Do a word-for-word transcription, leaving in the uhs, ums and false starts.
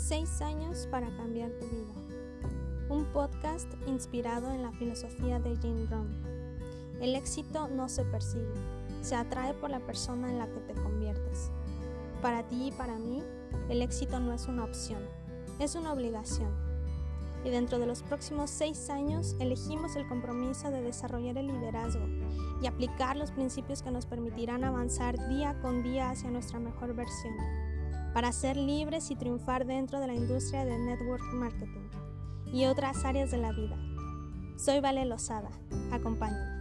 Seis años para cambiar tu vida. Un podcast inspirado en la filosofía de Jim Rohn. El éxito no se persigue, se atrae por la persona en la que te conviertes. Para ti y para mí, el éxito no es una opción, es una obligación. Y dentro de los próximos seis años elegimos el compromiso de desarrollar el liderazgo y aplicar los principios que nos permitirán avanzar día con día hacia nuestra mejor versión, para ser libres y triunfar dentro de la industria del network marketing y otras áreas de la vida. Soy Vale Lozada, acompáñame.